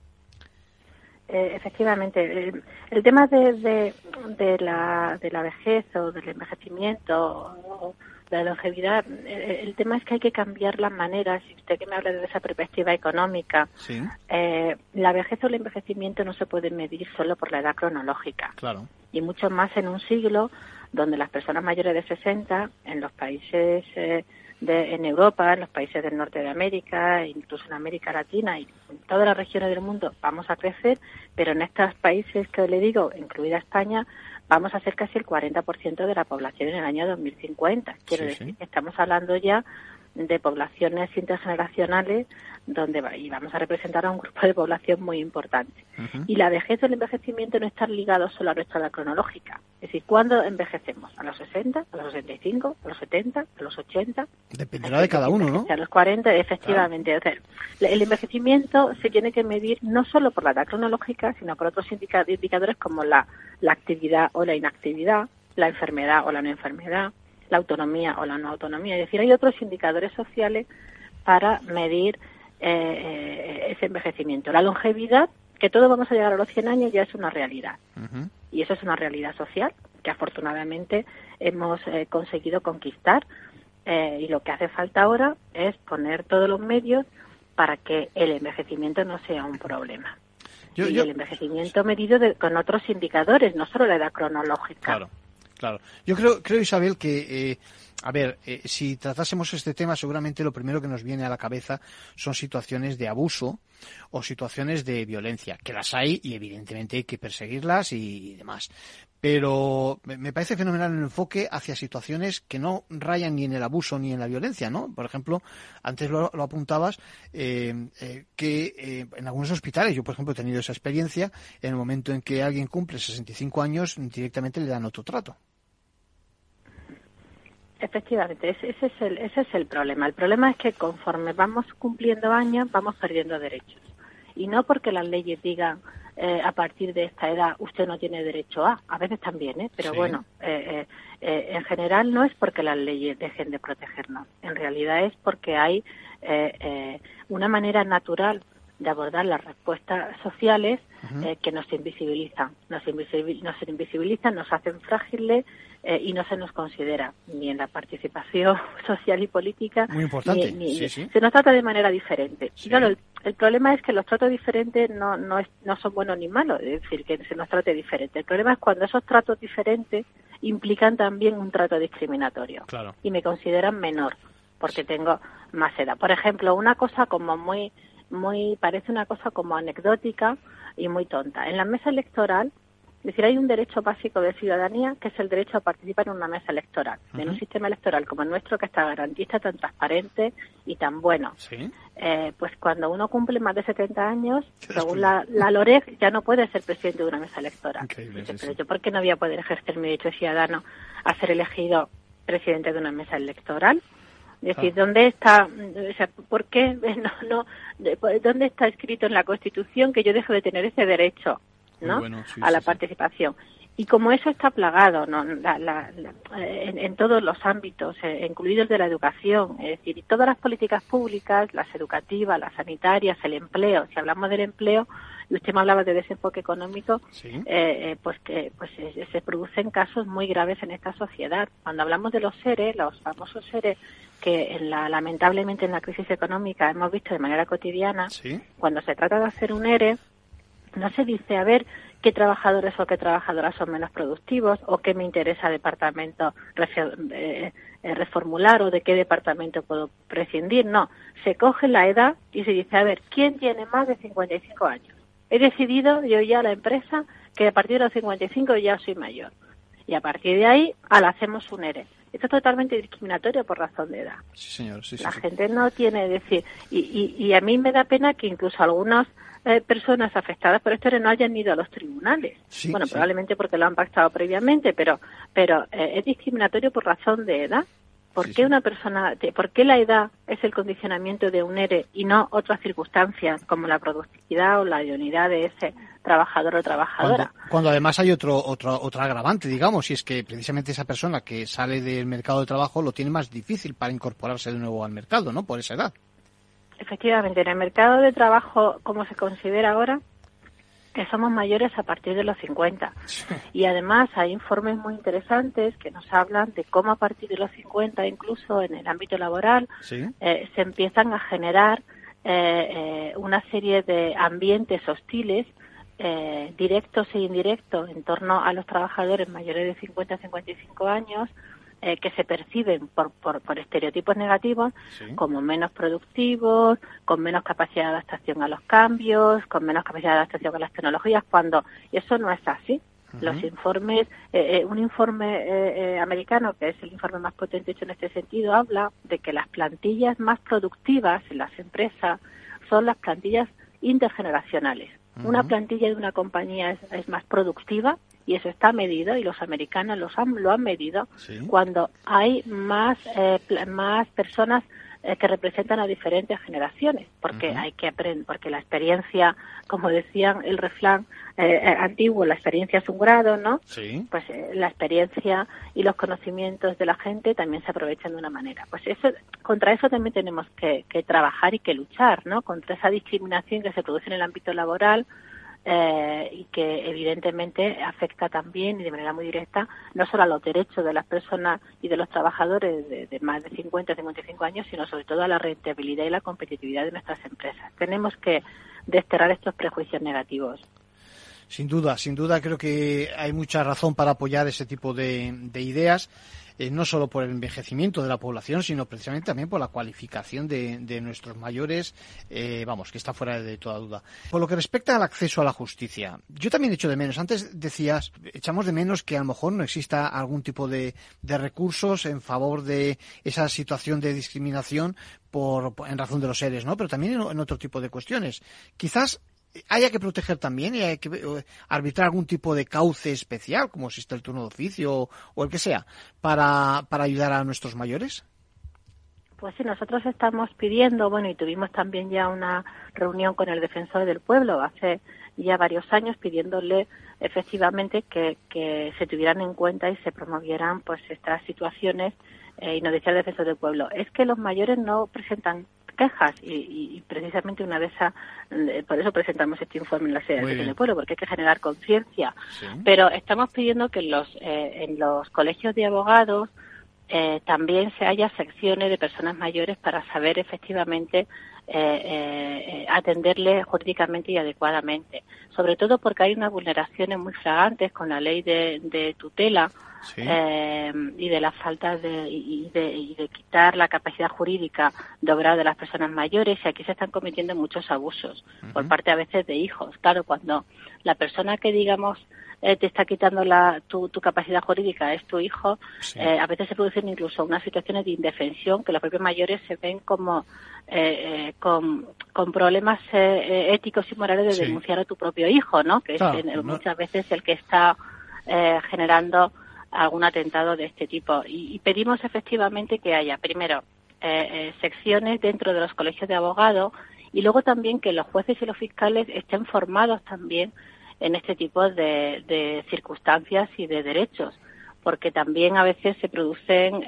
Efectivamente, el tema de la vejez o del envejecimiento o de la longevidad, el tema es que hay que cambiar las maneras. Si usted que me habla de esa perspectiva económica, sí. La vejez o el envejecimiento no se puede medir solo por la edad cronológica. Claro. Y mucho más en un siglo donde las personas mayores de 60, en los países en Europa, en los países del norte de América, incluso en América Latina y en todas las regiones del mundo, vamos a crecer, pero en estos países que le digo, incluida España, vamos a ser casi el 40% de la población en el año 2050. Quiero decir que estamos hablando ya de poblaciones intergeneracionales donde vamos a representar a un grupo de población muy importante. Uh-huh. Y la vejez o el envejecimiento no están ligados solo a nuestra edad cronológica. Es decir, ¿cuándo envejecemos? ¿A los 60? ¿A los 65? ¿A los 70? ¿A los 80? Dependerá de cada uno, ¿no? A los 40, efectivamente. Claro. O sea, el envejecimiento se tiene que medir no solo por la edad cronológica, sino por otros indicadores como la actividad o la inactividad, la enfermedad o la no enfermedad, la autonomía o la no autonomía. Es decir, hay otros indicadores sociales para medir ese envejecimiento. La longevidad, que todos vamos a llegar a los 100 años, ya es una realidad. Uh-huh. Y eso es una realidad social que afortunadamente hemos conseguido conquistar. Y lo que hace falta ahora es poner todos los medios para que el envejecimiento no sea un problema. El envejecimiento medido con otros indicadores, no solo la edad cronológica. Claro. Yo creo Isabel, que, si tratásemos este tema, seguramente lo primero que nos viene a la cabeza son situaciones de abuso o situaciones de violencia, que las hay y evidentemente hay que perseguirlas y demás. Pero me parece fenomenal el enfoque hacia situaciones que no rayan ni en el abuso ni en la violencia, ¿no? Por ejemplo, antes lo apuntabas, que en algunos hospitales, yo por ejemplo he tenido esa experiencia, en el momento en que alguien cumple 65 años, directamente le dan otro trato. Efectivamente, ese es el problema. El problema es que conforme vamos cumpliendo años, vamos perdiendo derechos. Y no porque las leyes digan a partir de esta edad usted no tiene derecho a veces también, pero sí. Bueno, en general no es porque las leyes dejen de protegernos. En realidad es porque hay una manera natural de abordar las respuestas sociales que nos invisibilizan. Nos invisibilizan, nos hacen frágiles y no se nos considera ni en la participación social y política. Muy importante. Se nos trata de manera diferente. Sí. Claro, el problema es que los tratos diferentes no son buenos ni malos, es decir, que se nos trate diferente. El problema es cuando esos tratos diferentes implican también un trato discriminatorio. Claro. Y me consideran menor porque tengo más edad. Por ejemplo, una cosa como parece una cosa como anecdótica y muy tonta. En la mesa electoral, es decir, hay un derecho básico de ciudadanía que es el derecho a participar en una mesa electoral, en un sistema electoral como el nuestro, que está garantista, tan transparente y tan bueno. ¿Sí? Pues cuando uno cumple más de 70 años, según la LOREG, ya no puede ser presidente de una mesa electoral. Increíble, Dice, pero yo, ¿por qué no voy a poder ejercer mi derecho de ciudadano a ser elegido presidente de una mesa electoral? Es decir, ¿dónde está, o sea, por qué dónde está escrito en la Constitución que yo dejo de tener ese derecho? ¿no? Bueno, sí, a la sí, participación. Y como eso está plagado, ¿no? En todos los ámbitos, incluido el de la educación, es decir, y todas las políticas públicas, las educativas, las sanitarias, el empleo, si hablamos del empleo, y usted me hablaba de desenfoque económico, sí. pues se producen casos muy graves en esta sociedad. Cuando hablamos de los ERE, los famosos ERE, que lamentablemente en la crisis económica hemos visto de manera cotidiana, ¿sí? Cuando se trata de hacer un ERE, no se dice, a ver, qué trabajadores o qué trabajadoras son menos productivos o qué me interesa departamento reformular o de qué departamento puedo prescindir. No, se coge la edad y se dice, a ver, ¿quién tiene más de 55 años? He decidido yo ya la empresa que a partir de los 55 ya soy mayor. Y a partir de ahí, hacemos un ERE. Esto es totalmente discriminatorio por razón de edad. Sí, señor. Sí, la gente no tiene, decir, y a mí me da pena que incluso algunas personas afectadas por esto no hayan ido a los tribunales. Sí, bueno, sí. Probablemente porque lo han pactado previamente, pero es discriminatorio por razón de edad. ¿Por qué la edad es el condicionamiento de un ERE y no otras circunstancias como la productividad o la idoneidad de ese trabajador o trabajadora? Cuando además hay otra agravante, digamos, y es que precisamente esa persona que sale del mercado de trabajo lo tiene más difícil para incorporarse de nuevo al mercado, ¿no? Por esa edad. Efectivamente, en el mercado de trabajo, como se considera ahora, que somos mayores a partir de los 50. Y además hay informes muy interesantes que nos hablan de cómo a partir de los 50, incluso en el ámbito laboral, ¿sí? Se empiezan a generar una serie de ambientes hostiles, directos e indirectos, en torno a los trabajadores mayores de 50 a 55 años, que se perciben por estereotipos negativos, ¿sí? Como menos productivos, con menos capacidad de adaptación a los cambios, con menos capacidad de adaptación a las tecnologías, cuando eso no es así. Uh-huh. Los informes, un informe americano, que es el informe más potente hecho en este sentido, habla de que las plantillas más productivas en las empresas son las plantillas intergeneracionales. Uh-huh. Una plantilla de una compañía es más productiva, y eso está medido, y los americanos lo han medido, ¿sí? Cuando hay más personas que representan a diferentes generaciones, porque uh-huh. hay que aprender, porque la experiencia, como decían el refrán antiguo, la experiencia es un grado, ¿no? Sí. Pues la experiencia y los conocimientos de la gente también se aprovechan de una manera. Pues contra eso también tenemos que trabajar y que luchar, ¿no? Contra esa discriminación que se produce en el ámbito laboral, y que evidentemente afecta también y de manera muy directa no solo a los derechos de las personas y de los trabajadores de más de 50 o 55 años, sino sobre todo a la rentabilidad y la competitividad de nuestras empresas. Tenemos que desterrar estos prejuicios negativos. Sin duda, creo que hay mucha razón para apoyar ese tipo de ideas, no solo por el envejecimiento de la población, sino precisamente también por la cualificación de nuestros mayores, que está fuera de toda duda. Por lo que respecta al acceso a la justicia, yo también echo de menos, antes decías, echamos de menos que a lo mejor no exista algún tipo de recursos en favor de esa situación de discriminación en razón de los seres, ¿no? Pero también en otro tipo de cuestiones. Quizás haya que proteger también y hay que arbitrar algún tipo de cauce especial, como existe el turno de oficio o el que sea, para ayudar a nuestros mayores. Pues sí, nosotros estamos pidiendo, y tuvimos también ya una reunión con el Defensor del Pueblo hace ya varios años, pidiéndole efectivamente que se tuvieran en cuenta y se promovieran pues estas situaciones, y nos decía el Defensor del Pueblo, es que los mayores no presentan quejas y precisamente una de esas, por eso presentamos este informe en la sede del pueblo, porque hay que generar conciencia. Sí. Pero estamos pidiendo que en los colegios de abogados también se haya secciones de personas mayores para saber efectivamente atenderle jurídicamente y adecuadamente, sobre todo porque hay unas vulneraciones muy flagrantes con la ley de tutela. Sí. Y de las faltas de quitar la capacidad jurídica de obrar de las personas mayores, y aquí se están cometiendo muchos abusos por parte a veces de hijos. Claro, cuando la persona que digamos te está quitando tu capacidad jurídica es tu hijo, sí. A veces se producen incluso unas situaciones de indefensión que los propios mayores se ven como con problemas éticos y morales de denunciar a tu propio hijo, ¿no? Que claro, es muchas veces el que está generando algún atentado de este tipo. Y pedimos efectivamente que haya, primero, secciones dentro de los colegios de abogados y luego también que los jueces y los fiscales estén formados también en este tipo de circunstancias y de derechos, porque también a veces se producen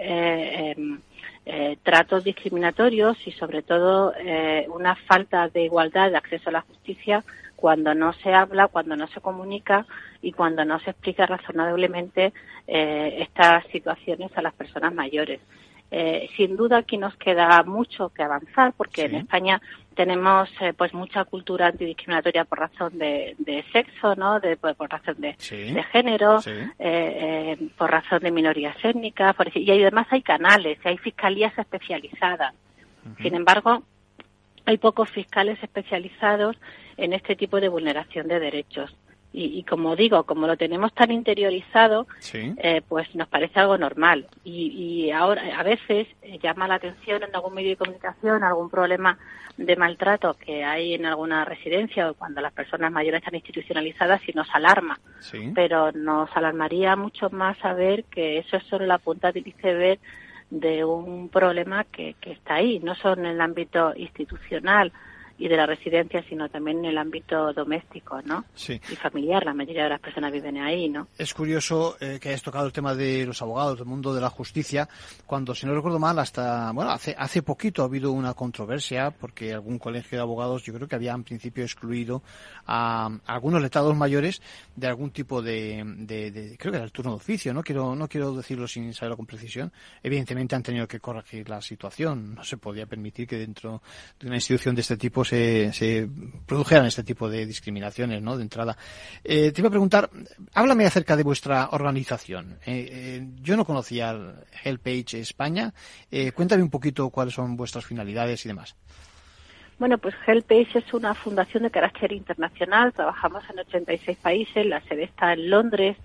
tratos discriminatorios y sobre todo una falta de igualdad de acceso a la justicia cuando no se habla, cuando no se comunica y cuando no se explica razonablemente estas situaciones a las personas mayores. Sin duda aquí nos queda mucho que avanzar porque en España tenemos pues mucha cultura antidiscriminatoria por razón de sexo, ¿no? Por razón de género, por razón de minorías étnicas, y además hay canales, hay fiscalías especializadas. Sin embargo, hay pocos fiscales especializados en este tipo de vulneración de derechos. Y como digo, como lo tenemos tan interiorizado, pues nos parece algo normal. Y ahora a veces llama la atención en algún medio de comunicación algún problema de maltrato que hay en alguna residencia o cuando las personas mayores están institucionalizadas y nos alarma. Pero nos alarmaría mucho más saber que eso es solo la punta del iceberg de un problema que está ahí, no solo en el ámbito institucional y de la residencia, sino también en el ámbito doméstico, ¿no? Y familiar. La mayoría de las personas viven ahí, ¿no? Es curioso que hayas tocado el tema de los abogados, del mundo de la justicia, cuando, si no recuerdo mal, hace poquito ha habido una controversia porque algún colegio de abogados, yo creo que había en principio excluido a algunos letrados mayores de algún tipo de creo que era el turno de oficio, no quiero decirlo sin saberlo con precisión. Evidentemente han tenido que corregir la situación, no se podía permitir que dentro de una institución de este tipo se produjeran este tipo de discriminaciones, ¿no? De entrada. Te iba a preguntar, háblame acerca de vuestra organización. Yo no conocía HelpAge España. Cuéntame un poquito cuáles son vuestras finalidades y demás. Bueno, pues HelpAge es una fundación de carácter internacional. Trabajamos en 86 países. La sede está en Londres.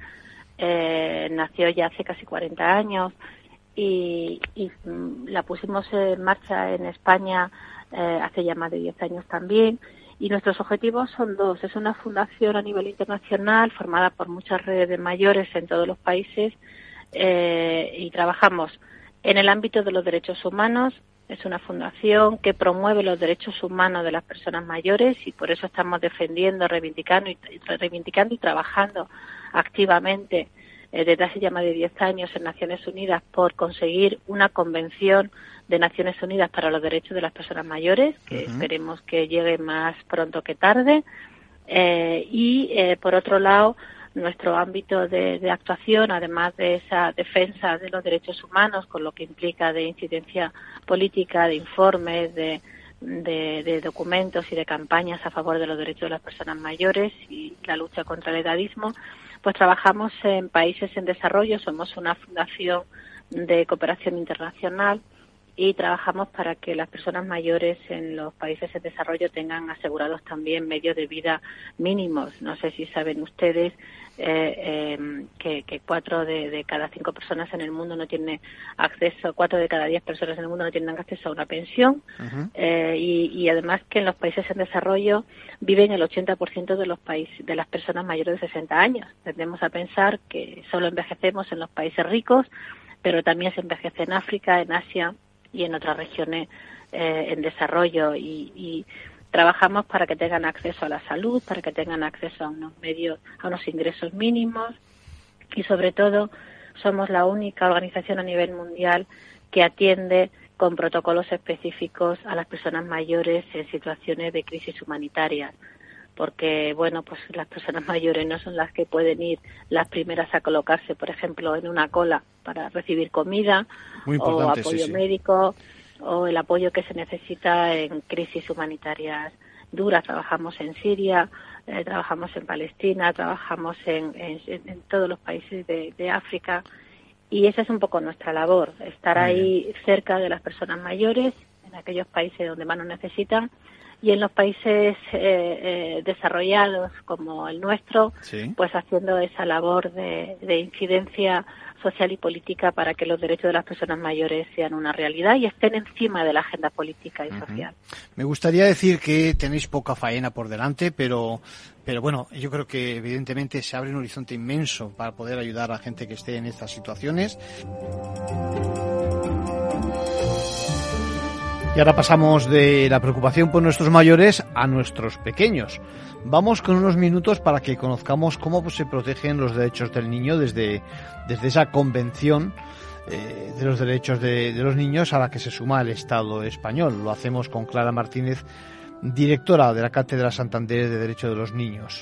Nació ya hace casi 40 años y la pusimos en marcha en España hace ya más de 10 años también, y nuestros objetivos son dos. Es una fundación a nivel internacional formada por muchas redes de mayores en todos los países y trabajamos en el ámbito de los derechos humanos. Es una fundación que promueve los derechos humanos de las personas mayores y por eso estamos defendiendo, reivindicando y trabajando activamente desde hace ya más de 10 años en Naciones Unidas por conseguir una convención de Naciones Unidas para los derechos de las personas mayores, que esperemos que llegue más pronto que tarde. Por otro lado, nuestro ámbito de actuación, además de esa defensa de los derechos humanos, con lo que implica de incidencia política, de informes, de documentos y de campañas a favor de los derechos de las personas mayores y la lucha contra el edadismo, pues trabajamos en países en desarrollo. Somos una fundación de cooperación internacional y trabajamos para que las personas mayores en los países en desarrollo tengan asegurados también medios de vida mínimos. No sé si saben ustedes que 4 de cada 5 personas en el mundo no tienen acceso, 4 de cada 10 personas en el mundo no tienen acceso a una pensión. Y además que en los países en desarrollo viven el 80% de las personas mayores de 60 años. Tendemos a pensar que solo envejecemos en los países ricos, pero también se envejece en África, en Asia y en otras regiones en desarrollo y trabajamos para que tengan acceso a la salud, para que tengan acceso a unos ingresos mínimos y sobre todo somos la única organización a nivel mundial que atiende con protocolos específicos a las personas mayores en situaciones de crisis humanitarias. Porque, bueno, pues las personas mayores no son las que pueden ir las primeras a colocarse, por ejemplo, en una cola para recibir comida o apoyo médico o el apoyo que se necesita en crisis humanitarias duras. Trabajamos en Siria, trabajamos en Palestina, trabajamos en todos los países de África y esa es un poco nuestra labor, estar ahí cerca de las personas mayores en aquellos países donde más nos necesitan. Y en los países desarrollados como el nuestro, pues haciendo esa labor de incidencia social y política para que los derechos de las personas mayores sean una realidad y estén encima de la agenda política y social. Me gustaría decir que tenéis poca faena por delante, pero bueno, yo creo que evidentemente se abre un horizonte inmenso para poder ayudar a la gente que esté en estas situaciones. Y ahora pasamos de la preocupación por nuestros mayores a nuestros pequeños. Vamos con unos minutos para que conozcamos cómo se protegen los derechos del niño desde esa convención de los derechos de los niños a la que se suma el Estado español. Lo hacemos con Clara Martínez, directora de la Cátedra Santander de Derecho de los Niños.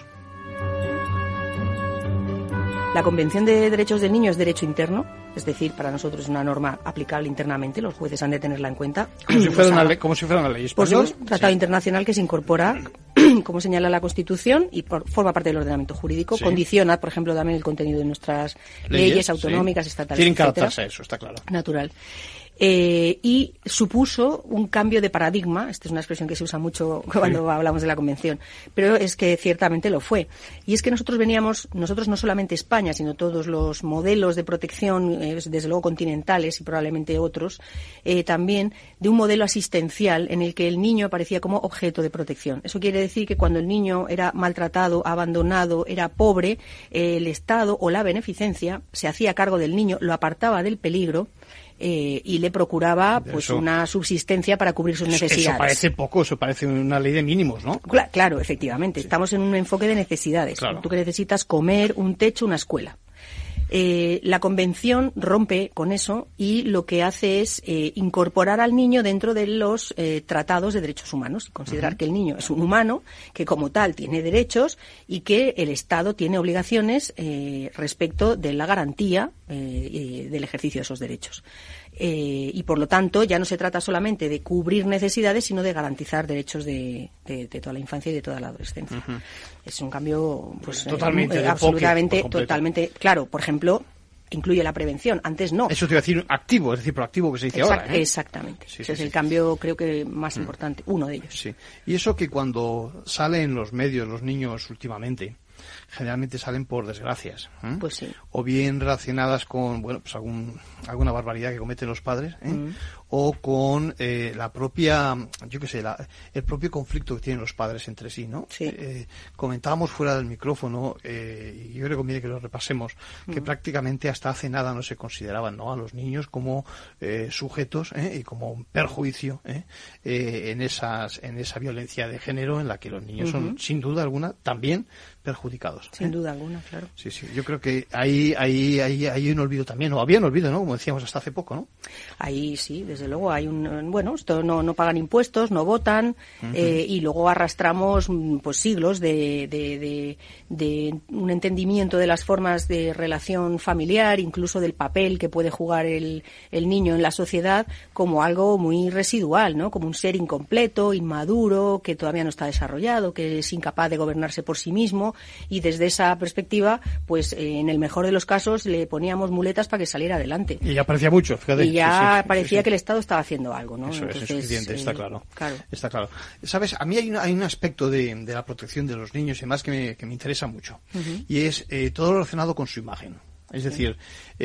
La Convención de Derechos del Niño es derecho interno, es decir, para nosotros es una norma aplicable internamente, los jueces han de tenerla en cuenta. Como si fuera una ley española. Pues es un tratado internacional que se incorpora, como señala la Constitución, y forma parte del ordenamiento jurídico, condiciona, por ejemplo, también el contenido de nuestras leyes autonómicas, estatales, tienen que etcétera. adaptarse a eso, está claro. Natural. Y supuso un cambio de paradigma, esta es una expresión que se usa mucho cuando hablamos de la Convención, pero es que ciertamente lo fue. Y es que nosotros no solamente España, sino todos los modelos de protección, desde luego continentales y probablemente otros, también de un modelo asistencial en el que el niño aparecía como objeto de protección. Eso quiere decir que cuando el niño era maltratado, abandonado, era pobre, el Estado o la beneficencia se hacía cargo del niño, lo apartaba del peligro, y le procuraba pues una subsistencia para cubrir sus necesidades. Eso parece poco, eso parece una ley de mínimos, ¿no? Claro, efectivamente. Estamos en un enfoque de necesidades. Claro. Tú que necesitas comer, un techo, una escuela. La Convención rompe con eso y lo que hace es incorporar al niño dentro de los tratados de derechos humanos, considerar que el niño es un humano, que como tal tiene derechos y que el Estado tiene obligaciones respecto de la garantía del ejercicio de esos derechos. Y por lo tanto ya no se trata solamente de cubrir necesidades, sino de garantizar derechos de toda la infancia y de toda la adolescencia. Es un cambio pues totalmente claro. Por ejemplo, incluye la prevención, antes no. Eso te iba a decir activo, es decir, proactivo que se dice ahora. Exactamente. Ese es el cambio, creo que más importante, uno de ellos. Sí. Y eso que cuando sale en los medios los niños últimamente, generalmente salen por desgracias, pues sí, o bien relacionadas con pues alguna barbaridad que cometen los padres, o con la propia, el propio conflicto que tienen los padres entre sí, ¿no? Sí. Comentábamos fuera del micrófono, y yo creo que conviene que lo repasemos, que prácticamente hasta hace nada no se consideraban, ¿no?, a los niños como sujetos y como un perjuicio en esa violencia de género en la que los niños son, sin duda alguna, también perjudicados. Sin duda alguna, claro. Sí, yo creo que hay un olvido también, o había un olvido, ¿no?, como decíamos hasta hace poco, ¿no? Ahí sí, desde luego hay esto no pagan impuestos, no votan, y luego arrastramos pues siglos de un entendimiento de las formas de relación familiar, incluso del papel que puede jugar el niño en la sociedad, como algo muy residual, ¿no?, como un ser incompleto, inmaduro, que todavía no está desarrollado, que es incapaz de gobernarse por sí mismo, y desde esa perspectiva, pues en el mejor de los casos le poníamos muletas para que saliera adelante. Y ya parecía mucho, fíjate. Y ya parecía que el Estado estaba haciendo algo, ¿no? Eso es suficiente, está claro. Claro. Está claro. Sabes, a mí hay un aspecto de la protección de los niños y más que me interesa mucho, y es todo relacionado con su imagen. Es decir,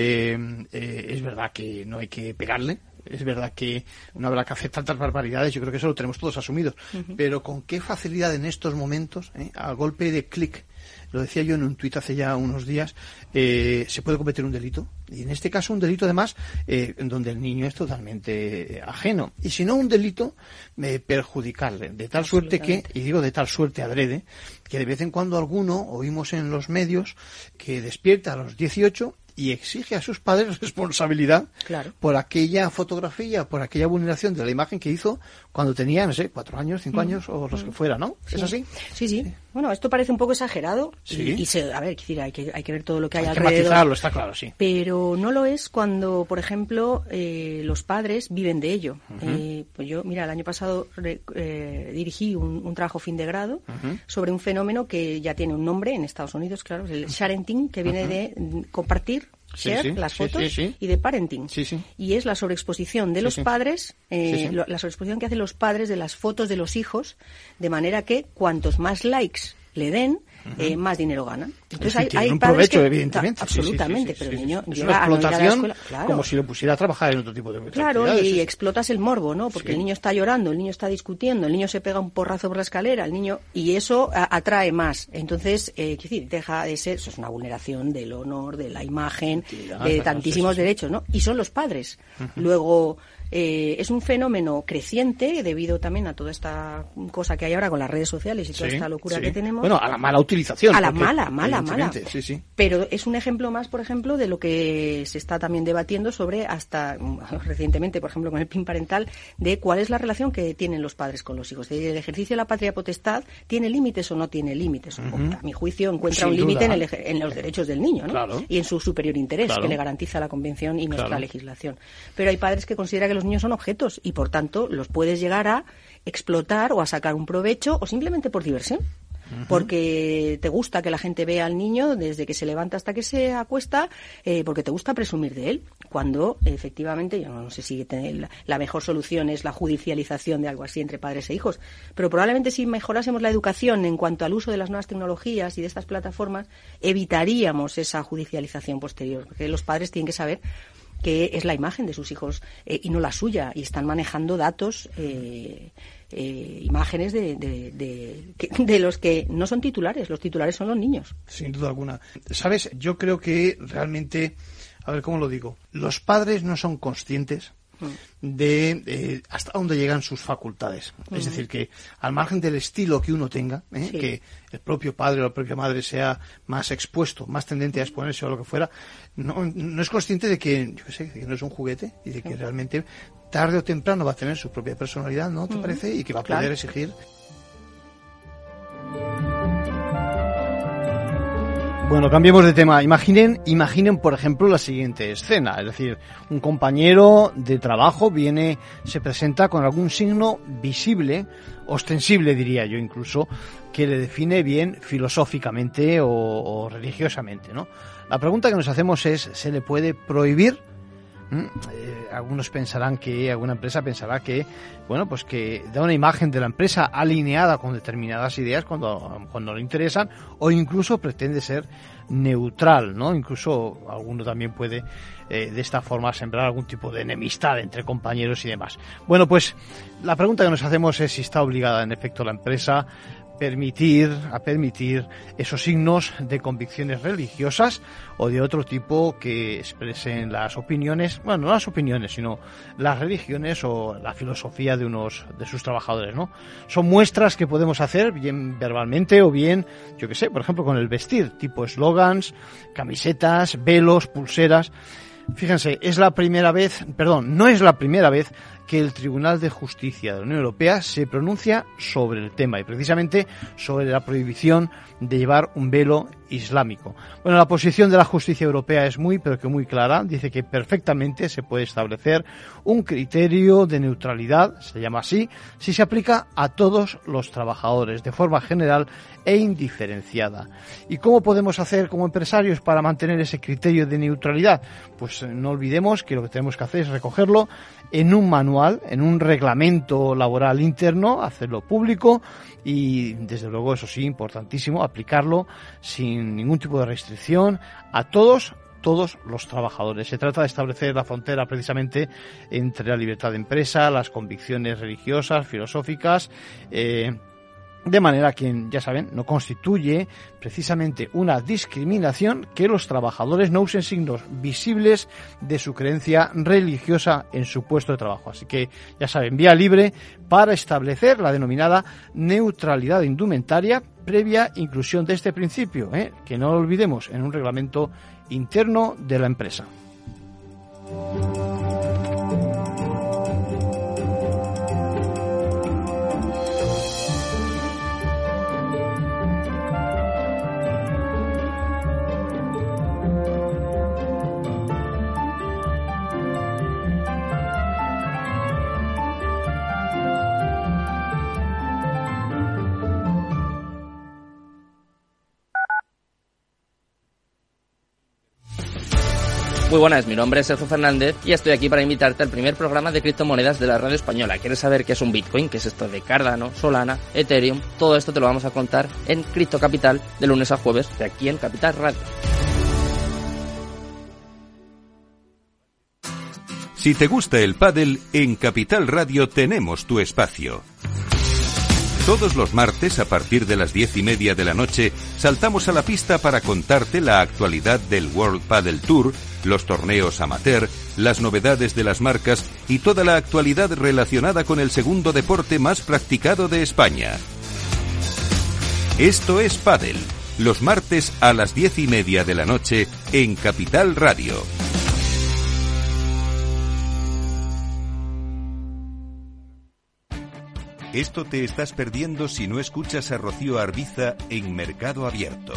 es verdad que no hay que pegarle, es verdad que no habrá que hacer tantas barbaridades, yo creo que eso lo tenemos todos asumidos, pero con qué facilidad en estos momentos, a golpe de clic, lo decía yo en un tuit hace ya unos días, se puede cometer un delito, y en este caso un delito además donde el niño es totalmente ajeno, y si no un delito perjudicarle, de tal suerte que, y digo de tal suerte adrede, que de vez en cuando alguno oímos en los medios que despierta a los 18 y exige a sus padres responsabilidad por aquella fotografía, por aquella vulneración de la imagen que hizo cuando tenía, no sé, 4 años, 5 años o los que fuera, ¿no? Sí. ¿Es así? Sí. Bueno, esto parece un poco exagerado y hay que ver todo lo que hay alrededor. Hay que matizarlo, está claro, sí. Pero no lo es cuando, por ejemplo, los padres viven de ello. Pues yo, mira, el año pasado dirigí un trabajo fin de grado sobre un fenómeno que ya tiene un nombre en Estados Unidos, claro, el sharenting, que viene de compartir, las fotos, y de parenting. Y es la sobreexposición de los padres, la sobreexposición que hacen los padres de las fotos de los hijos, de manera que cuantos más likes le den, más dinero ganan. Entonces hay un provecho, evidentemente. Absolutamente, pero el niño es llega una explotación, a no ir a la escuela, como si lo pusiera a trabajar en otro tipo de actividades. Claro, y explotas el morbo, ¿no? Porque el niño está llorando, el niño está discutiendo, el niño se pega un porrazo por la escalera, y eso atrae más. Entonces, deja de ser, eso es una vulneración del honor, de la imagen, de tantísimos derechos, ¿no? Y son los padres. Luego, Es un fenómeno creciente debido también a toda esta cosa que hay ahora con las redes sociales y toda esta locura que tenemos. Bueno, a la mala utilización. A la mala. Sí. Pero es un ejemplo más, por ejemplo, de lo que se está también debatiendo sobre hasta recientemente, por ejemplo, con el PIN parental, de cuál es la relación que tienen los padres con los hijos. ¿El ejercicio de la patria potestad tiene límites o no tiene límites? A mi juicio encuentra un límite en los derechos del niño, ¿no? Claro. Y en su superior interés que le garantiza la Convención y nuestra legislación. Pero hay padres que consideran que los niños son objetos y, por tanto, los puedes llegar a explotar o a sacar un provecho o simplemente por diversión. Porque te gusta que la gente vea al niño desde que se levanta hasta que se acuesta, porque te gusta presumir de él, cuando efectivamente, yo no sé si la mejor solución es la judicialización de algo así entre padres e hijos, pero probablemente si mejorásemos la educación en cuanto al uso de las nuevas tecnologías y de estas plataformas, evitaríamos esa judicialización posterior, porque los padres tienen que saber que es la imagen de sus hijos y no la suya, y están manejando datos, imágenes de los que no son titulares. Los titulares son los niños. Sin duda alguna. ¿Sabes? Yo creo que realmente, a ver cómo lo digo, los padres no son conscientes de hasta dónde llegan sus facultades. Es decir, que al margen del estilo que uno tenga, que el propio padre o la propia madre sea más expuesto, más tendente a exponerse o lo que fuera, no es consciente de que, yo qué sé, que no es un juguete y de que realmente tarde o temprano va a tener su propia personalidad, ¿no te parece? Y que va a poder exigir. Bueno, cambiemos de tema. Imaginen, por ejemplo, la siguiente escena. Es decir, un compañero de trabajo se presenta con algún signo visible, ostensible diría yo incluso, que le define bien filosóficamente o religiosamente, ¿no? La pregunta que nos hacemos es, ¿se le puede prohibir? Alguna empresa pensará que, bueno, pues que da una imagen de la empresa alineada con determinadas ideas cuando le interesan, o incluso pretende ser neutral, ¿no? Incluso alguno también puede de esta forma sembrar algún tipo de enemistad entre compañeros y demás. Bueno, pues la pregunta que nos hacemos es si está obligada en efecto la empresa a permitir esos signos de convicciones religiosas o de otro tipo que expresen las opiniones, bueno, no las opiniones, sino las religiones o la filosofía de sus trabajadores, ¿no? Son muestras que podemos hacer bien verbalmente o bien, yo qué sé, por ejemplo, con el vestir, tipo eslogans, camisetas, velos, pulseras. Fíjense, no es la primera vez que el Tribunal de Justicia de la Unión Europea se pronuncia sobre el tema y precisamente sobre la prohibición de llevar un velo islámico. Bueno, la posición de la justicia europea es muy clara. Dice que perfectamente se puede establecer un criterio de neutralidad, se llama así, si se aplica a todos los trabajadores de forma general e indiferenciada. ¿Y cómo podemos hacer como empresarios para mantener ese criterio de neutralidad? Pues no olvidemos que lo que tenemos que hacer es recogerlo en un manual, en un reglamento laboral interno, hacerlo público y, desde luego, eso sí, importantísimo, aplicarlo sin ningún tipo de restricción a todos los trabajadores. Se trata de establecer la frontera precisamente entre la libertad de empresa, las convicciones religiosas, filosóficas, de manera que, ya saben, no constituye precisamente una discriminación que los trabajadores no usen signos visibles de su creencia religiosa en su puesto de trabajo. Así que, ya saben, vía libre para establecer la denominada neutralidad de indumentaria previa inclusión de este principio, que no lo olvidemos, en un reglamento interno de la empresa. Muy buenas, mi nombre es Sergio Fernández y estoy aquí para invitarte al primer programa de criptomonedas de la radio española. ¿Quieres saber qué es un Bitcoin? ¿Qué es esto de Cardano, Solana, Ethereum? Todo esto te lo vamos a contar en Cripto Capital de lunes a jueves de aquí en Capital Radio. Si te gusta el pádel, en Capital Radio tenemos tu espacio. Todos los martes, a partir de las 10:30 de la noche, saltamos a la pista para contarte la actualidad del World Padel Tour, los torneos amateur, las novedades de las marcas y toda la actualidad relacionada con el segundo deporte más practicado de España. Esto es Padel, los martes a las 10:30 de la noche en Capital Radio. Esto te estás perdiendo si no escuchas a Rocío Arbiza en Mercado Abierto.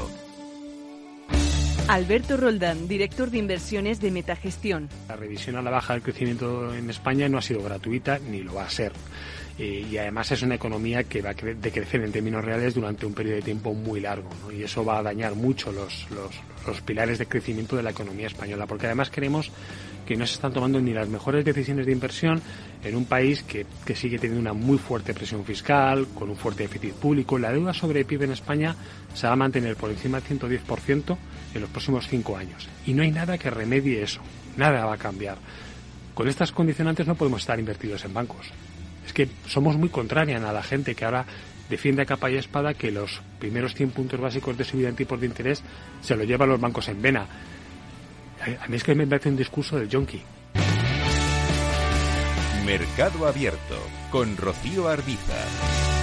Alberto Roldán, director de inversiones de Metagestión. La revisión a la baja del crecimiento en España no ha sido gratuita ni lo va a ser. Y además es una economía que va a decrecer en términos reales durante un periodo de tiempo muy largo, ¿no? Y eso va a dañar mucho los pilares de crecimiento de la economía española, porque además creemos que no se están tomando ni las mejores decisiones de inversión en un país que sigue teniendo una muy fuerte presión fiscal, con un fuerte déficit público. La deuda sobre PIB en España se va a mantener por encima del 110% en los próximos 5 años. Y no hay nada que remedie eso. Nada va a cambiar. Con estas condicionantes no podemos estar invertidos en bancos. Es que somos muy contrarios a la gente que ahora defiende a capa y espada que los primeros 100 puntos básicos de subida en tipos de interés se lo llevan los bancos en vena. A mí es que me parece un discurso del yonki. Mercado Abierto con Rocío Arbiza.